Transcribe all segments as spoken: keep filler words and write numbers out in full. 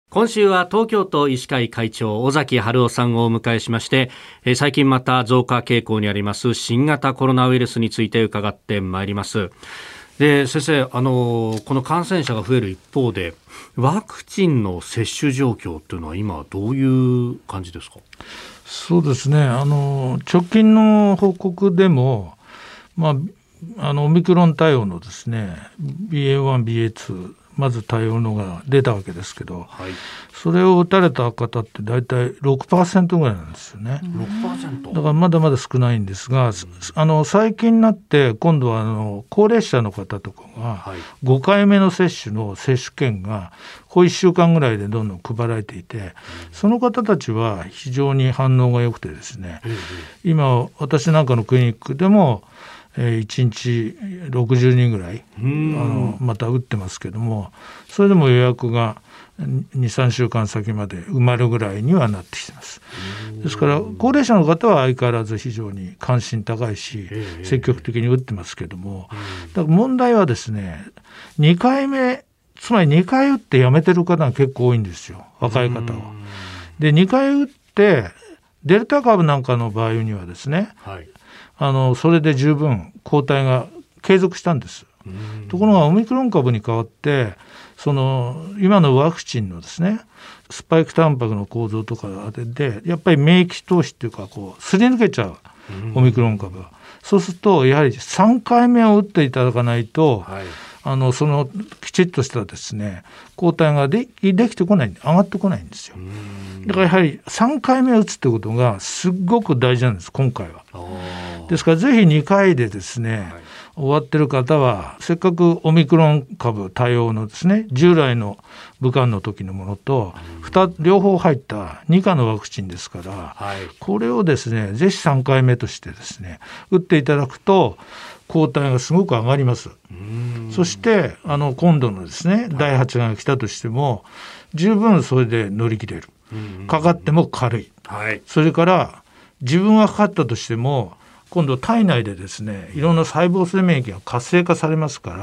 今週は東京都医師会会長尾崎治夫さんをお迎えしまして、えー、最近また増加傾向にあります新型コロナウイルスについて伺ってまいります。で先生、あのー、この感染者が増える一方でワクチンの接種状況というのは今どういう感じですか？ そうですね、あの直近の報告でも、まあ、あのオミクロン対応のですね ビーエーワン、ビーエーツー まず対応のが出たわけですけど、はい、それを打たれた方って大体 ろくパーセント ぐらいなんですよね。 ろくパーセントだからまだまだ少ないんですが、あの最近になって今度はあの高齢者の方とかがごかいめの接種の接種券がこういっしゅうかんぐらいでどんどん配られていて、その方たちは非常に反応が良くてですね、今私なんかのクリニックでもいちにちろくじゅうにんぐらいあのまた打ってますけども、それでも予約が にさんしゅうかん先まで埋まるぐらいにはなってきてます。ですから高齢者の方は相変わらず非常に関心高いし積極的に打ってますけども、だから問題はですね、にかいめ、つまりにかい打ってやめてる方が結構多いんですよ、若い方は。でにかい打ってデルタ株なんかの場合にはですね、はい、あのそれで十分抗体が継続したんです。ところがオミクロン株に変わってその今のワクチンのですねスパイクタンパクの構造とかでやっぱり免疫逃避っていうかこうすり抜けちゃうオミクロン株は、そうするとやはりさんかいめを打っていただかないと、はい、あのそのきちっとしたですね抗体が で, できてこない、上がってこないんですよ。だからやはりさんかいめ打つってことがすごく大事なんです今回は。ですからぜひにかいでですね、はい、終わってる方はせっかくオミクロン株対応のですね従来の武漢の時のものと両方入ったに価のワクチンですから、はい、これをですねぜひさんかいめとしてですね打っていただくと抗体がすごく上がります。そしてあの今度のですねだいはちがんが来たとしても十分それで乗り切れる。かかっても軽い、はい、それから自分がかかったとしても今度体内でですねいろんな細胞性免疫が活性化されますから、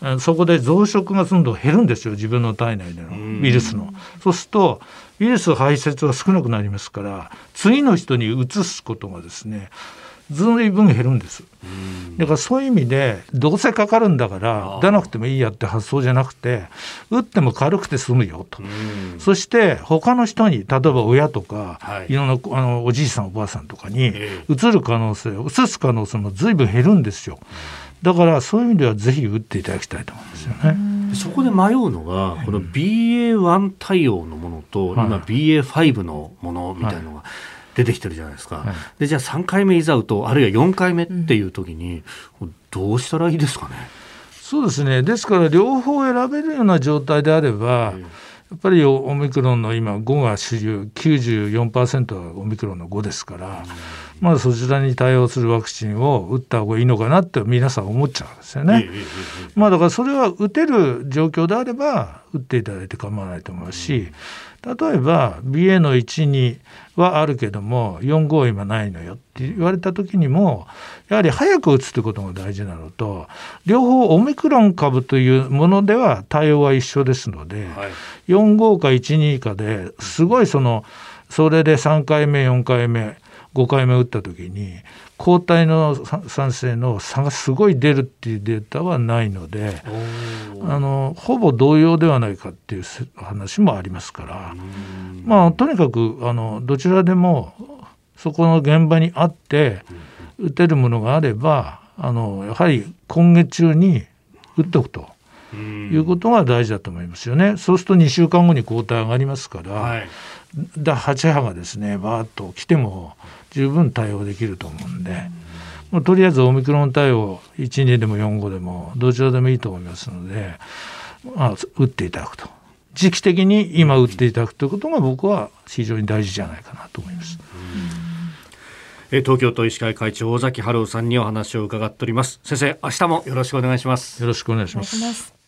はい、そこで増殖がどんどん減るんですよ、自分の体内でのウイルスの。そうするとウイルス排泄が少なくなりますから次の人に移すことがですねずいぶん減るんです。だからそういう意味でどうせかかるんだから打たなくてもいいやって発想じゃなくて打っても軽くて済むよと。そして他の人に例えば親とか、はい、いろんなあのおじいさんおばあさんとかにうつる可能性うつす可能性もずいぶん減るんですよ。だからそういう意味ではぜひ打っていただきたいと思うんですよね。 そこで迷うのがこの ビーエーワン 対応のものと、はい、今 ビーエーファイブ のものみたいなのが、はい出てきてるじゃないですか、はい、でじゃあさんかいめいざ打とあるいはよんかいめっていう時に、うん、どうしたらいいですかね。 そうですね、ですから両方選べるような状態であれば、うん、やっぱりオミクロンの今ごが主流 きゅうじゅうよんパーセント はオミクロンのごですから、うん、まずそちらに対応するワクチンを打った方がいいのかなって皆さん思っちゃうんですよね、えーえーまあ、だからそれは打てる状況であれば打っていただいて構わないと思うし、例えば ビーエー のいち、にはあるけどもよん、ごは今ないのよって言われた時にもやはり早く打つということが大事なのと、両方オミクロン株というものでは対応は一緒ですので、はい、よん、ごかいち、にかですごいそのそれでさんかいめよんかいめごかいめ打った時に抗体の産生の差がすごい出るっていうデータはないので、あのほぼ同様ではないかっていう話もありますから、まあ、とにかくあのどちらでもそこの現場にあって打てるものがあればあのやはり今月中に打っておくということが大事だと思いますよね。そうするとにしゅうかんごに抗体上がりますから、はい、だはち波がですねバーッと来ても十分対応できると思うんで、もうとりあえずオミクロン対応いち、にでもよん、ごでもどちらでもいいと思いますので、まあ、打っていただくと、時期的に今打っていただくということが僕は非常に大事じゃないかなと思います。 え東京都医師会会長尾崎治夫さんにお話を伺っております。先生、明日もよろしくお願いします。 よろしくお願いします。